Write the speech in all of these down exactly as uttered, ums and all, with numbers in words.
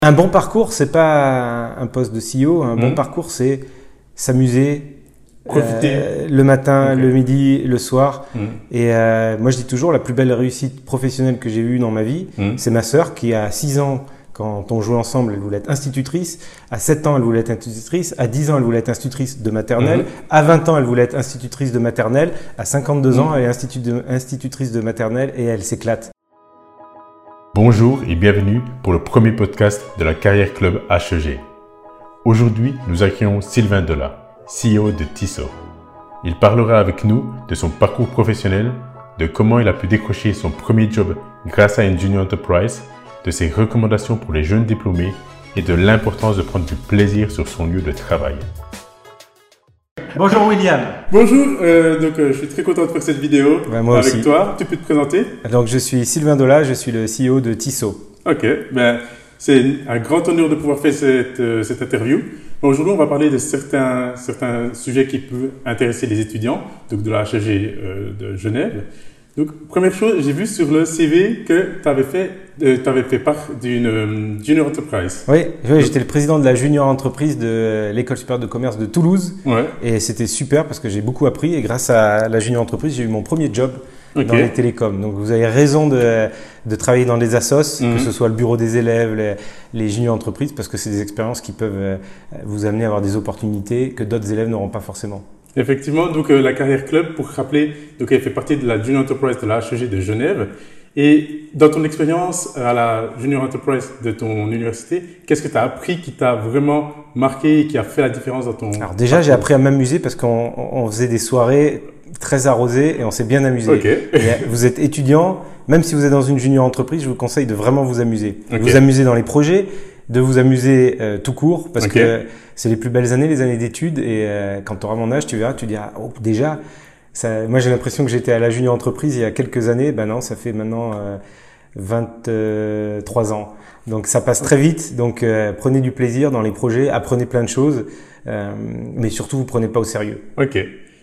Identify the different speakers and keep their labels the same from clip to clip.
Speaker 1: Un bon parcours, c'est pas un poste de C E O. Un mmh. bon parcours, c'est s'amuser,
Speaker 2: profiter
Speaker 1: euh, le matin, okay. le midi, le soir.
Speaker 2: Mmh.
Speaker 1: Et euh, moi, je dis toujours, la plus belle réussite professionnelle que j'ai eue dans ma vie, mmh. c'est ma sœur qui a six ans. Quand on jouait ensemble, elle voulait être institutrice. À sept ans, elle voulait être institutrice. À dix ans, elle voulait être institutrice de maternelle. Mmh. À vingt ans, elle voulait être institutrice de maternelle. À cinquante-deux mmh. ans, elle est institu- de, institutrice de maternelle et elle s'éclate.
Speaker 2: Bonjour et bienvenue pour le premier podcast de la Carrière Club H E G. Aujourd'hui, nous accueillons Sylvain Dola, C E O de Tissot. Il parlera avec nous de son parcours professionnel, de comment il a pu décrocher son premier job grâce à une junior enterprise, de ses recommandations pour les jeunes diplômés et de l'importance de prendre du plaisir sur son lieu de travail.
Speaker 1: Bonjour William.
Speaker 2: Bonjour, euh, donc euh, je suis très content de faire cette vidéo
Speaker 1: ben, moi
Speaker 2: avec
Speaker 1: aussi.
Speaker 2: toi. Tu peux te présenter?
Speaker 1: Donc je suis Sylvain Dola, je suis le C E O de Tissot.
Speaker 2: Ok, ben, c'est un grand honneur de pouvoir faire cette, euh, cette interview. Aujourd'hui, on va parler de certains, certains sujets qui peuvent intéresser les étudiants, donc de la H E G euh, de Genève. Donc, première chose, j'ai vu sur le C V que tu avais fait, euh, t'avais fait part d'une euh, junior enterprise.
Speaker 1: Oui, oui j'étais le président de la junior entreprise de l'École supérieure de commerce de Toulouse.
Speaker 2: Ouais.
Speaker 1: Et c'était super parce que j'ai beaucoup appris. Et grâce à la junior entreprise, j'ai eu mon premier job okay. dans les télécoms. Donc, vous avez raison de, de travailler dans des assos, mm-hmm. que ce soit le bureau des élèves, les, les junior entreprises, parce que c'est des expériences qui peuvent vous amener à avoir des opportunités que d'autres élèves n'auront pas forcément.
Speaker 2: Effectivement, donc euh, la Carrière Club, pour rappeler, donc elle fait partie de la Junior Enterprise de la H E G de Genève. Et dans ton expérience à la Junior Enterprise de ton université, qu'est-ce que tu as appris qui t'a vraiment marqué et qui a fait la différence dans ton...
Speaker 1: Alors déjà, parcours? J'ai appris à m'amuser parce qu'on on faisait des soirées très arrosées et on s'est bien amusé.
Speaker 2: Okay.
Speaker 1: Et vous êtes étudiant, même si vous êtes dans une Junior Entreprise, je vous conseille de vraiment vous amuser.
Speaker 2: Okay.
Speaker 1: Vous amuser dans les projets, de vous amuser euh, tout court parce
Speaker 2: okay.
Speaker 1: que c'est les plus belles années, les années d'études. Et euh, quand tu auras mon âge, tu verras, tu diras, oh, déjà, ça, moi j'ai l'impression que j'étais à la junior entreprise il y a quelques années. Ben non, ça fait maintenant euh, vingt-trois ans. Donc ça passe très vite. Donc euh, prenez du plaisir dans les projets, apprenez plein de choses, euh, mais surtout vous prenez pas au sérieux.
Speaker 2: Ok.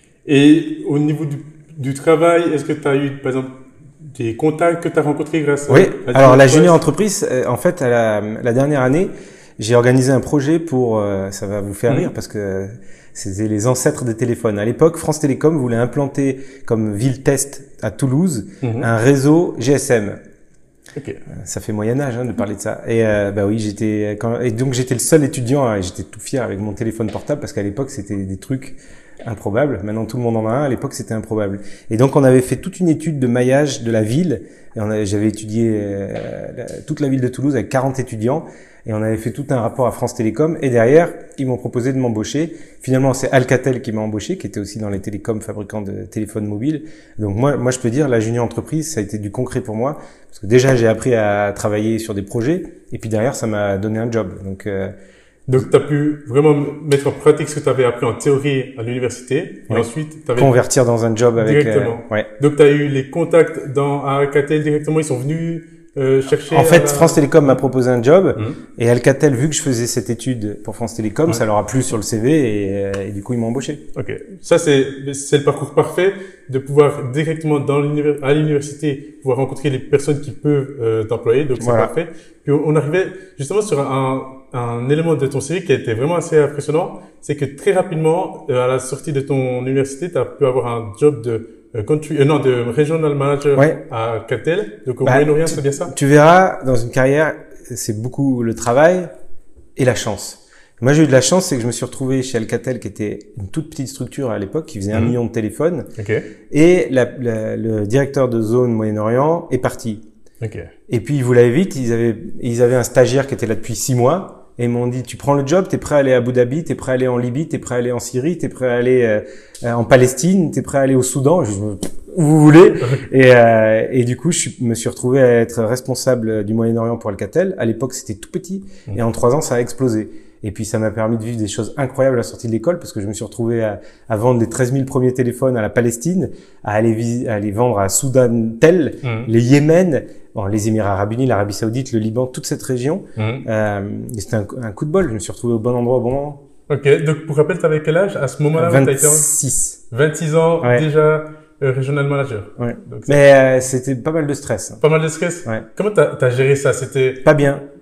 Speaker 2: Et au niveau du, du travail, est-ce que tu as eu, par exemple, des contacts que tu as rencontrés grâce
Speaker 1: oui.
Speaker 2: à la
Speaker 1: Alors la junior entreprise, euh, en fait, à la, la dernière année, j'ai organisé un projet pour, euh, ça va vous faire rire mmh. parce que c'était les ancêtres des téléphones. À l'époque, France Télécom voulait implanter comme ville test à Toulouse mmh. un réseau G S M.
Speaker 2: Okay.
Speaker 1: Ça fait Moyen Âge hein, de parler de ça. Et euh, bah oui, j'étais quand, et donc j'étais le seul étudiant hein, et j'étais tout fier avec mon téléphone portable parce qu'à l'époque c'était des trucs improbables. Maintenant tout le monde en a un. À l'époque c'était improbable. Et donc on avait fait toute une étude de maillage de la ville. Et on avait, j'avais étudié euh, la, toute la ville de Toulouse avec quarante étudiants. Et on avait fait tout un rapport à France Télécom. Et derrière, ils m'ont proposé de m'embaucher. Finalement, c'est Alcatel qui m'a embauché, qui était aussi dans les télécoms, fabricants de téléphones mobiles. Donc moi, moi, je peux dire, la junior entreprise, ça a été du concret pour moi. Parce que déjà, j'ai appris à travailler sur des projets. Et puis derrière, ça m'a donné un job. Donc, euh,
Speaker 2: Donc, tu as pu vraiment mettre en pratique ce que tu avais appris en théorie à l'université. Et
Speaker 1: ouais.
Speaker 2: ensuite, tu avais...
Speaker 1: convertir dans un job avec...
Speaker 2: Directement.
Speaker 1: Euh, ouais.
Speaker 2: Donc, tu as eu les contacts dans à Alcatel directement. Ils sont venus... Euh, chercher
Speaker 1: en fait,
Speaker 2: la...
Speaker 1: France Télécom m'a proposé un job
Speaker 2: mmh.
Speaker 1: et Alcatel, vu que je faisais cette étude pour France Télécom, ouais. ça leur a plu sur le C V et, et du coup ils m'ont embauché.
Speaker 2: Ok, ça c'est c'est le parcours parfait de pouvoir directement dans l'univers à l'université pouvoir rencontrer les personnes qui peuvent euh, t'employer, donc c'est
Speaker 1: voilà.
Speaker 2: parfait. Puis on arrivait justement sur un un élément de ton C V qui a été vraiment assez impressionnant, c'est que très rapidement euh, à la sortie de ton université, tu as pu avoir un job de Country, euh, non, de regional manager
Speaker 1: ouais.
Speaker 2: à Alcatel. Donc au
Speaker 1: bah,
Speaker 2: Moyen-Orient, c'est bien ça?
Speaker 1: Tu verras, dans une carrière, c'est beaucoup le travail et la chance. Moi, j'ai eu de la chance, c'est que je me suis retrouvé chez Alcatel, qui était une toute petite structure à l'époque, qui faisait un mmh. million de téléphones.
Speaker 2: Okay.
Speaker 1: Et la, la, le directeur de zone Moyen-Orient est parti.
Speaker 2: Okay.
Speaker 1: Et puis, vous l'avez vite, ils avaient, ils avaient un stagiaire qui était là depuis six mois. Et ils m'ont dit, tu prends le job, t'es prêt à aller à Abu Dhabi, t'es prêt à aller en Libye, t'es prêt à aller en Syrie, t'es prêt à aller euh, en Palestine, t'es prêt à aller au Soudan, je, où vous voulez. et, euh, et du coup, je me suis retrouvé à être responsable du Moyen-Orient pour Alcatel. À l'époque, c'était tout petit. Et en trois ans, ça a explosé. Et puis, ça m'a permis de vivre des choses incroyables à la sortie de l'école parce que je me suis retrouvé à, à vendre les treize mille premiers téléphones à la Palestine, à aller, à aller vendre à Soudan Tel, mmh. les Yémen, bon, les Émirats Arabes Unis, l'Arabie Saoudite, le Liban, toute cette région. Mmh. Euh, c'était un, un coup de bol. Je me suis retrouvé au bon endroit au bon moment.
Speaker 2: Ok. Donc, pour rappel, t'avais quel âge à ce moment-là?
Speaker 1: vingt-six.
Speaker 2: vingt-six ans, ouais. déjà euh, regional manager.
Speaker 1: Ouais. Donc, mais euh, c'était pas mal de stress.
Speaker 2: Pas mal de stress?
Speaker 1: Ouais.
Speaker 2: Comment t'as, t'as géré ça? C'était...
Speaker 1: Pas bien.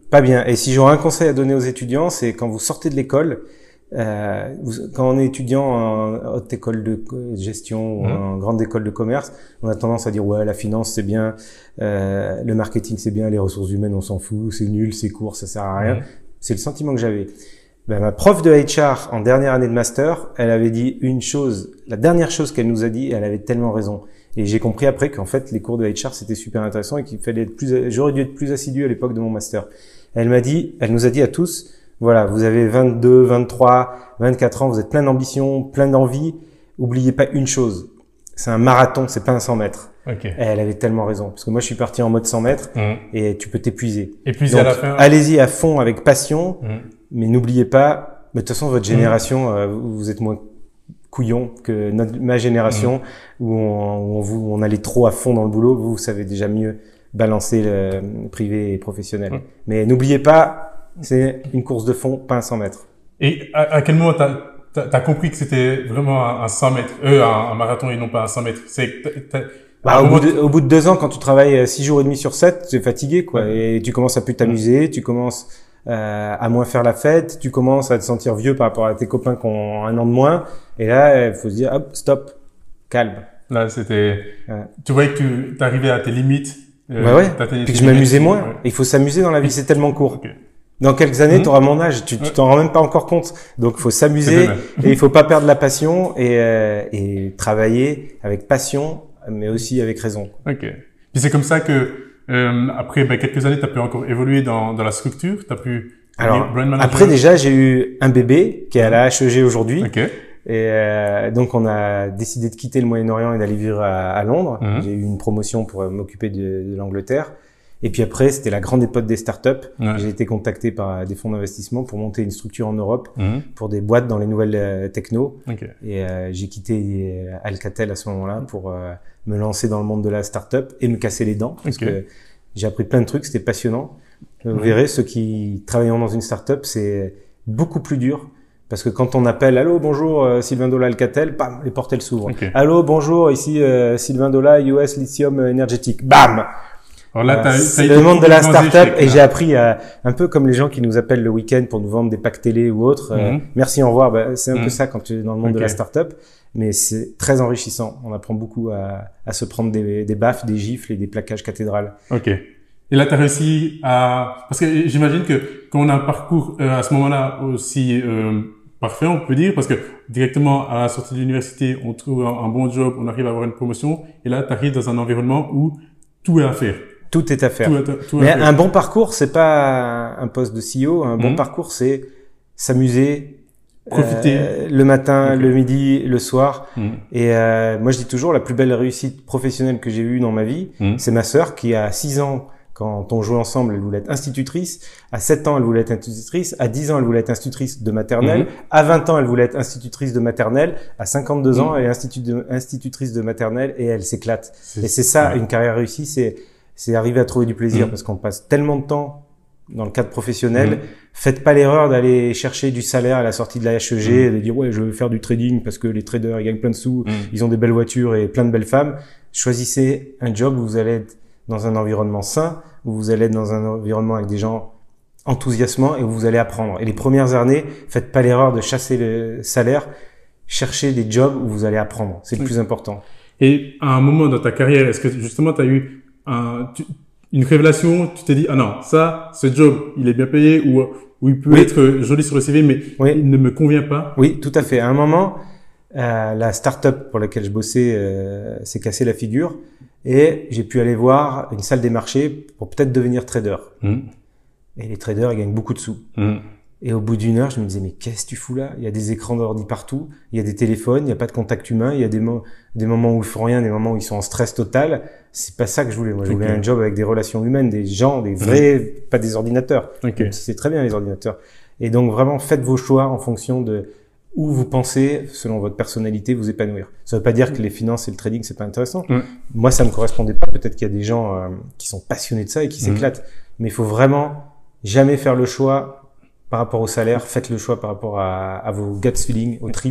Speaker 1: Pas bien. Et si j'aurais un conseil à donner aux étudiants, c'est quand vous sortez de l'école, euh, vous, quand on est étudiant en haute école de gestion ou mmh. en grande école de commerce, on a tendance à dire ouais, la finance c'est bien, euh, le marketing c'est bien, les ressources humaines on s'en fout, c'est nul, c'est court, ça sert à rien. Mmh. C'est le sentiment que j'avais. Ben, ma prof de H R en dernière année de master, elle avait dit une chose, la dernière chose qu'elle nous a dit, elle avait tellement raison. Et j'ai compris après qu'en fait les cours de H R c'était super intéressant et qu'il fallait être plus, j'aurais dû être plus assidu à l'époque de mon master. Elle m'a dit, elle nous a dit à tous, voilà, vous avez vingt-deux, vingt-trois, vingt-quatre ans, vous êtes plein d'ambition, plein d'envie. Oubliez pas une chose, c'est un marathon, c'est pas un cent mètres. Okay. Et elle avait tellement raison, parce que moi je suis parti en mode cent mètres mmh. et tu peux t'épuiser.
Speaker 2: Épuiser à la fin.
Speaker 1: Allez-y à fond avec passion, mmh. mais n'oubliez pas, mais de toute façon votre génération, mmh. euh, vous êtes moins couillon que notre, ma génération mmh. où, on, où, on, où on allait trop à fond dans le boulot. Vous, vous savez déjà mieux balancer le privé et professionnel. Mmh. Mais n'oubliez pas, c'est une course de fond, pas un cent mètres.
Speaker 2: Et à, à quel moment t'as, t'as, t'as compris que c'était vraiment un, un cent mètres, euh, un, un marathon et non pas un cent mètres? C'est, t'as, t'as,
Speaker 1: bah, au, bout de, au bout de deux ans, quand tu travailles six jours et demi sur sept, tu es fatigué, quoi. Mmh. Et tu commences à plus t'amuser, mmh. tu commences euh, à moins faire la fête, tu commences à te sentir vieux par rapport à tes copains qui ont un an de moins. Et là, il faut se dire, hop, stop, calme.
Speaker 2: Là, c'était, ouais. Tu voyais que tu t'arrivais à tes limites.
Speaker 1: Euh, bah ouais, puis que je m'amusais moins. Ouais. Il faut s'amuser dans la vie, c'est tellement court. Okay. Dans quelques années, mmh. tu auras mon âge, tu, tu t'en rends même pas encore compte. Donc, il faut s'amuser et il faut pas perdre la passion et, euh, et travailler avec passion, mais aussi avec raison.
Speaker 2: Ok. Puis c'est comme ça que euh, après ben, quelques années, tu as pu encore évoluer dans, dans la structure. T'as pu.
Speaker 1: Alors après déjà, j'ai eu un bébé qui est à la H E G aujourd'hui.
Speaker 2: Ok.
Speaker 1: Et euh, donc on a décidé de quitter le Moyen-Orient et d'aller vivre à, à Londres. Mmh. J'ai eu une promotion pour m'occuper de, de l'Angleterre. Et puis après, c'était la grande époque des startups. Ouais. J'ai été contacté par des fonds d'investissement pour monter une structure en Europe mmh. pour des boîtes dans les nouvelles euh, techno. Okay. Et euh, j'ai quitté Alcatel à ce moment-là pour euh, me lancer dans le monde de la startup et me casser les dents parce okay. que j'ai appris plein de trucs. C'était passionnant. Vous mmh. verrez, ceux qui travaillent dans une startup, c'est beaucoup plus dur. Parce que quand on appelle, allô, bonjour, euh, Sylvain Dola Alcatel, bam, les portes elles s'ouvrent. Okay. Allô, bonjour, ici euh, Sylvain Dola, U S Lithium Energetic, bam.
Speaker 2: Alors là, t'as, euh,
Speaker 1: c'est le monde de la start-up et j'ai appris à, un peu comme les gens qui nous appellent le week-end pour nous vendre des packs télé ou autres. Mm-hmm. Euh, merci, au revoir. Bah, c'est un mm-hmm. peu ça quand tu es dans le monde okay. de la start-up, mais c'est très enrichissant. On apprend beaucoup à, à se prendre des, des baffes, des gifles et des plaquages cathédrales.
Speaker 2: Ok. Et là, tu as réussi à, parce que j'imagine que quand on a un parcours euh, à ce moment-là aussi euh, parfait, on peut dire, parce que directement à la sortie de l'université, on trouve un, un bon job, on arrive à avoir une promotion, et là, tu arrives dans un environnement où tout est à faire.
Speaker 1: Tout est à faire.
Speaker 2: Tout est à, tout
Speaker 1: Mais
Speaker 2: à faire.
Speaker 1: un bon parcours, c'est pas un poste de C E O. Un bon mmh. parcours, c'est s'amuser,
Speaker 2: profiter
Speaker 1: euh, le matin, okay. le midi, le soir. Mmh. Et euh, moi, je dis toujours, la plus belle réussite professionnelle que j'ai eue dans ma vie, mmh. c'est ma sœur qui a six ans. Quand on jouait ensemble, elle voulait être institutrice. À sept ans, elle voulait être institutrice. À dix ans, elle voulait être institutrice de maternelle. Mmh. À vingt ans, elle voulait être institutrice de maternelle. À cinquante-deux mmh. ans, elle est institu- de, institutrice de maternelle et elle s'éclate. C'est, et c'est ça, ouais. une carrière réussie, c'est c'est arriver à trouver du plaisir mmh. parce qu'on passe tellement de temps dans le cadre professionnel. Mmh. Faites pas l'erreur d'aller chercher du salaire à la sortie de la H E G, mmh. de dire ouais, je veux faire du trading parce que les traders ils gagnent plein de sous, mmh. ils ont des belles voitures et plein de belles femmes. Choisissez un job où vous allez être dans un environnement sain, où vous allez être dans un environnement avec des gens enthousiasmants et où vous allez apprendre. Et les premières années, faites pas l'erreur de chasser le salaire, cherchez des jobs où vous allez apprendre. C'est le mmh. plus important.
Speaker 2: Et à un moment dans ta carrière, est-ce que justement tu as eu un, tu, une révélation, tu t'es dit, ah non, ça, ce job, il est bien payé ou, ou il peut oui. être joli sur le C V, mais oui. il ne me convient pas?
Speaker 1: Oui, tout à fait. À un moment, euh, la start-up pour laquelle je bossais euh, s'est cassé la figure. Et j'ai pu aller voir une salle des marchés pour peut-être devenir trader. Mmh. Et les traders, ils gagnent beaucoup de sous. Mmh. Et au bout d'une heure, je me disais, mais qu'est-ce que tu fous là? Il y a des écrans d'ordi partout, il y a des téléphones, il n'y a pas de contact humain, il y a des, mo- des moments où ils font rien, des moments où ils sont en stress total. C'est pas ça que je voulais. Moi, je voulais okay. un job avec des relations humaines, des gens, des vrais, mmh. pas des ordinateurs. Okay. Même si c'est très bien les ordinateurs. Et donc vraiment, faites vos choix en fonction de où vous pensez, selon votre personnalité, vous épanouir. Ça veut pas dire que les finances et le trading, c'est pas intéressant. Mmh. Moi, ça me correspondait pas. Peut-être qu'il y a des gens euh, qui sont passionnés de ça et qui mmh. s'éclatent. Mais il faut vraiment jamais faire le choix par rapport au salaire. Faites le choix par rapport à, à vos gut feeling, aux tripes.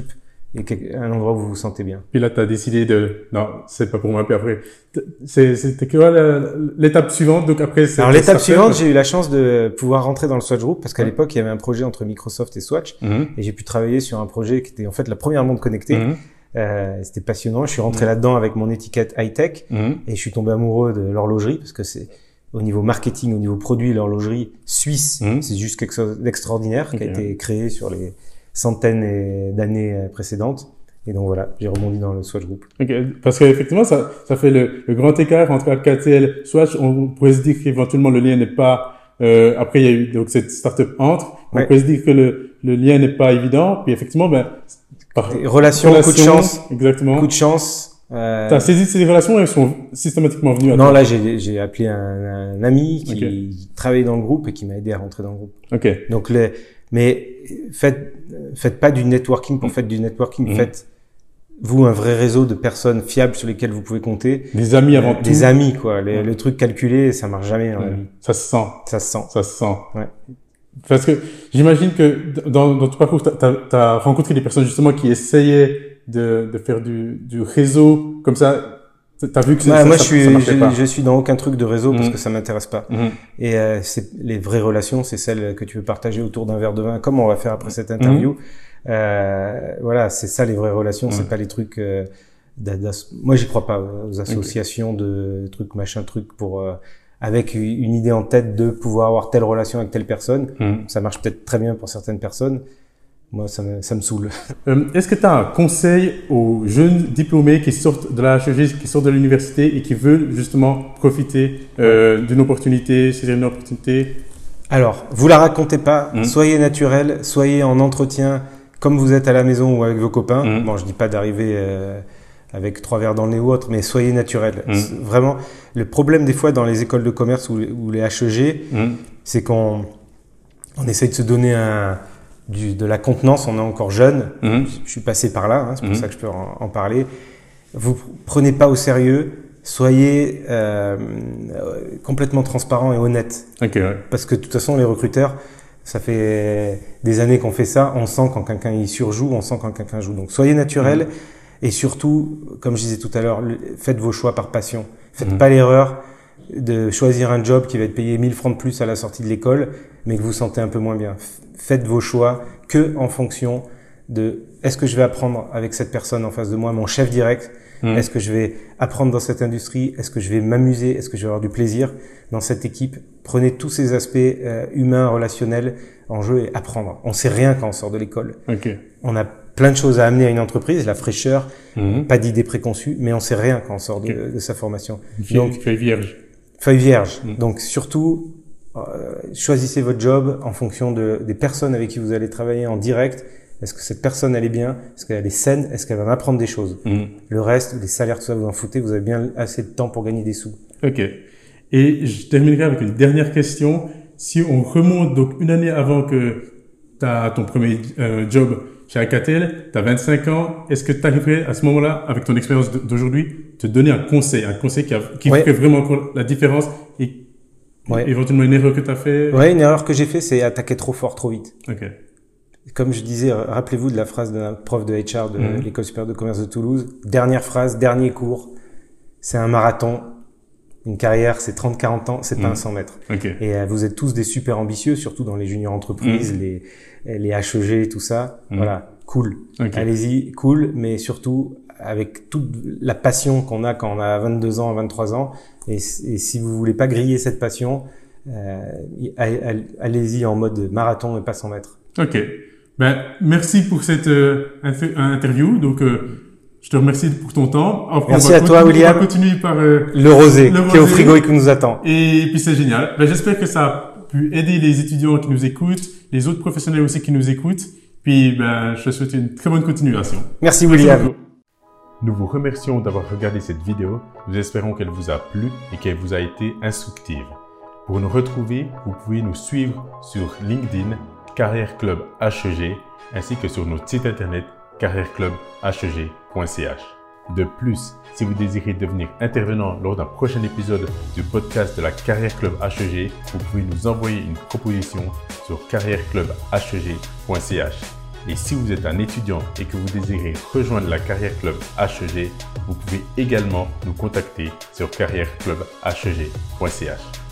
Speaker 1: et quelque, un endroit où vous vous sentez bien.
Speaker 2: Puis là, tu as décidé de... Non, c'est pas pour moi. Puis après, c'est, c'était quoi la, l'étape suivante? Donc après, c'est
Speaker 1: Alors l'étape suivante, j'ai eu la chance de pouvoir rentrer dans le Swatch Group parce qu'à ouais. l'époque, il y avait un projet entre Microsoft et Swatch mm-hmm. et j'ai pu travailler sur un projet qui était en fait la première montre connectée. Mm-hmm. Euh, c'était passionnant. Je suis rentré mm-hmm. là-dedans avec mon étiquette high-tech mm-hmm. et je suis tombé amoureux de l'horlogerie parce que c'est au niveau marketing, au niveau produit, l'horlogerie suisse, mmh. c'est juste quelque chose d'extraordinaire okay. qui a été créé sur les centaines d'années précédentes. Et donc voilà, j'ai rebondi dans le Swatch Group. Okay.
Speaker 2: Parce qu'effectivement, ça, ça fait le, le grand écart entre Alcatel et Swatch. On pourrait se dire qu'éventuellement le lien n'est pas. Euh, après, il y a eu donc cette startup entre. On ouais. pourrait se dire que le, le lien n'est pas évident. Puis effectivement, ben
Speaker 1: par relation, relation, coup de chance,
Speaker 2: exactement,
Speaker 1: coup de chance.
Speaker 2: Euh... T'as saisi ces relations, elles sont systématiquement venues à
Speaker 1: Non,
Speaker 2: toi.
Speaker 1: là, j'ai, j'ai appelé un, un ami qui okay. travaillait dans le groupe et qui m'a aidé à rentrer dans le groupe.
Speaker 2: Ok.
Speaker 1: Donc, les, mais faites, faites pas du networking pour mmh. faire du networking. Mmh. Faites, vous, un vrai réseau de personnes fiables sur lesquelles vous pouvez compter.
Speaker 2: Des amis avant tout.
Speaker 1: Des amis, quoi. Les, mmh. Le truc calculé, ça marche jamais dans
Speaker 2: mmh.
Speaker 1: la vie.
Speaker 2: Ça se sent.
Speaker 1: Ça se sent.
Speaker 2: Ça se sent.
Speaker 1: Ouais.
Speaker 2: Parce que j'imagine que dans, dans ton parcours, t'as, t'as rencontré des personnes justement qui essayaient de, de faire du, du réseau comme ça. T'as vu que c'est,
Speaker 1: ouais,
Speaker 2: ça,
Speaker 1: moi,
Speaker 2: ça,
Speaker 1: je suis,
Speaker 2: ça marchait
Speaker 1: je,
Speaker 2: pas.
Speaker 1: je suis dans aucun truc de réseau mmh. parce que ça m'intéresse pas. Mmh. Et euh, c'est les vraies relations, c'est celles que tu veux partager autour d'un verre de vin, comme on va faire après cette interview. Mmh. Euh, voilà, c'est ça les vraies relations. Mmh. C'est pas les trucs. Euh, moi, j'y crois pas aux associations okay. de trucs machin trucs pour. Euh, avec une idée en tête de pouvoir avoir telle relation avec telle personne. Mmh. Ça marche peut-être très bien pour certaines personnes. Moi, ça me, ça me saoule.
Speaker 2: Euh, est-ce que tu as un conseil aux jeunes diplômés qui sortent de la H E G, qui sortent de l'université et qui veulent justement profiter euh, d'une opportunité, saisir une opportunité?
Speaker 1: Alors, vous la racontez pas. Mmh. Soyez naturel, soyez en entretien comme vous êtes à la maison ou avec vos copains. Mmh. Bon, je dis pas d'arriver euh, avec trois verres dans le nez ou autre, mais soyez naturel. Mmh. Vraiment, le problème des fois dans les écoles de commerce ou, ou les H E G, mmh. c'est qu'on on essaye de se donner un Du, de la contenance, on est encore jeune. Mmh. Je suis passé par là, hein, c'est pour mmh. ça que je peux en, en parler. Vous prenez pas au sérieux, soyez euh, complètement transparent et honnête.
Speaker 2: Okay, ouais.
Speaker 1: Parce que de toute façon, les recruteurs, ça fait des années qu'on fait ça, on sent quand quelqu'un y surjoue, on sent quand quelqu'un joue. Donc soyez naturel mmh. et surtout, comme je disais tout à l'heure, faites vos choix par passion. Faites mmh. pas l'erreur de choisir un job qui va être payé mille francs de plus à la sortie de l'école, mais que vous sentez un peu moins bien. Faites vos choix que en fonction de est-ce que je vais apprendre avec cette personne en face de moi, mon chef direct, mmh. est-ce que je vais apprendre dans cette industrie, est-ce que je vais m'amuser, est-ce que je vais avoir du plaisir dans cette équipe. Prenez tous ces aspects euh, humains, relationnels en jeu et apprendre. On sait rien quand on sort de l'école.
Speaker 2: Okay.
Speaker 1: On a plein de choses à amener à une entreprise, la fraîcheur, mmh. pas d'idées préconçues, mais on sait rien quand on sort de, okay. de sa formation.
Speaker 2: Donc feuille vierge.
Speaker 1: Feuille vierge. Mmh. Donc surtout, euh, choisissez votre job en fonction de, des personnes avec qui vous allez travailler en direct. Est-ce que cette personne, elle est bien? Est-ce qu'elle est saine? Est-ce qu'elle va m'apprendre des choses? Mmh. Le reste, les salaires, tout ça, vous en foutez. Vous avez bien assez de temps pour gagner des sous.
Speaker 2: Ok. Et je terminerai avec une dernière question. Si on remonte donc une année avant que tu as ton premier euh, job chez Alcatel, tu as vingt-cinq ans, est-ce que tu arriverais à ce moment-là, avec ton expérience d'aujourd'hui, te donner un conseil, un conseil qui, a, qui ouais. ferait vraiment la différence et ouais. éventuellement une erreur que tu as fait?
Speaker 1: Ouais, une erreur que j'ai fait, c'est attaquer trop fort, trop vite.
Speaker 2: Ok.
Speaker 1: Comme je disais, rappelez-vous de la phrase d'un prof de H R de mmh. l'École supérieure de commerce de Toulouse. Dernière phrase, dernier cours. C'est un marathon. Une carrière, c'est trente quarante ans, c'est mmh. pas un cent mètres.
Speaker 2: Okay.
Speaker 1: Et euh, vous êtes tous des super ambitieux, surtout dans les juniors entreprises, mmh. les, les H E G, tout ça. Mmh. Voilà, cool. Okay. Allez-y, cool, mais surtout avec toute la passion qu'on a quand on a vingt-deux ans, vingt-trois ans. Et, et si vous voulez pas griller cette passion, euh, allez-y en mode marathon et pas cent mètres.
Speaker 2: Ok. Ben, merci pour cette euh, interview. Donc, euh, je te remercie pour ton temps.
Speaker 1: Après, merci à toi, William.
Speaker 2: On va continuer par euh,
Speaker 1: le, rosé, le rosé qui est au frigo et qui nous attend.
Speaker 2: Et puis, c'est génial. Ben, j'espère que ça a pu aider les étudiants qui nous écoutent, les autres professionnels aussi qui nous écoutent. Puis, ben, je te souhaite une très bonne continuation.
Speaker 1: Merci, William. Merci
Speaker 2: nous vous remercions d'avoir regardé cette vidéo. Nous espérons qu'elle vous a plu et qu'elle vous a été instructive. Pour nous retrouver, vous pouvez nous suivre sur LinkedIn, Carrière Club H E G, ainsi que sur notre site internet carrière club h e g point c h. De plus, si vous désirez devenir intervenant lors d'un prochain épisode du podcast de la Carrière Club H E G, vous pouvez nous envoyer une proposition sur carrière club h e g point c h. Et si vous êtes un étudiant et que vous désirez rejoindre la Carrière Club H E G, vous pouvez également nous contacter sur carrière club h e g point c h.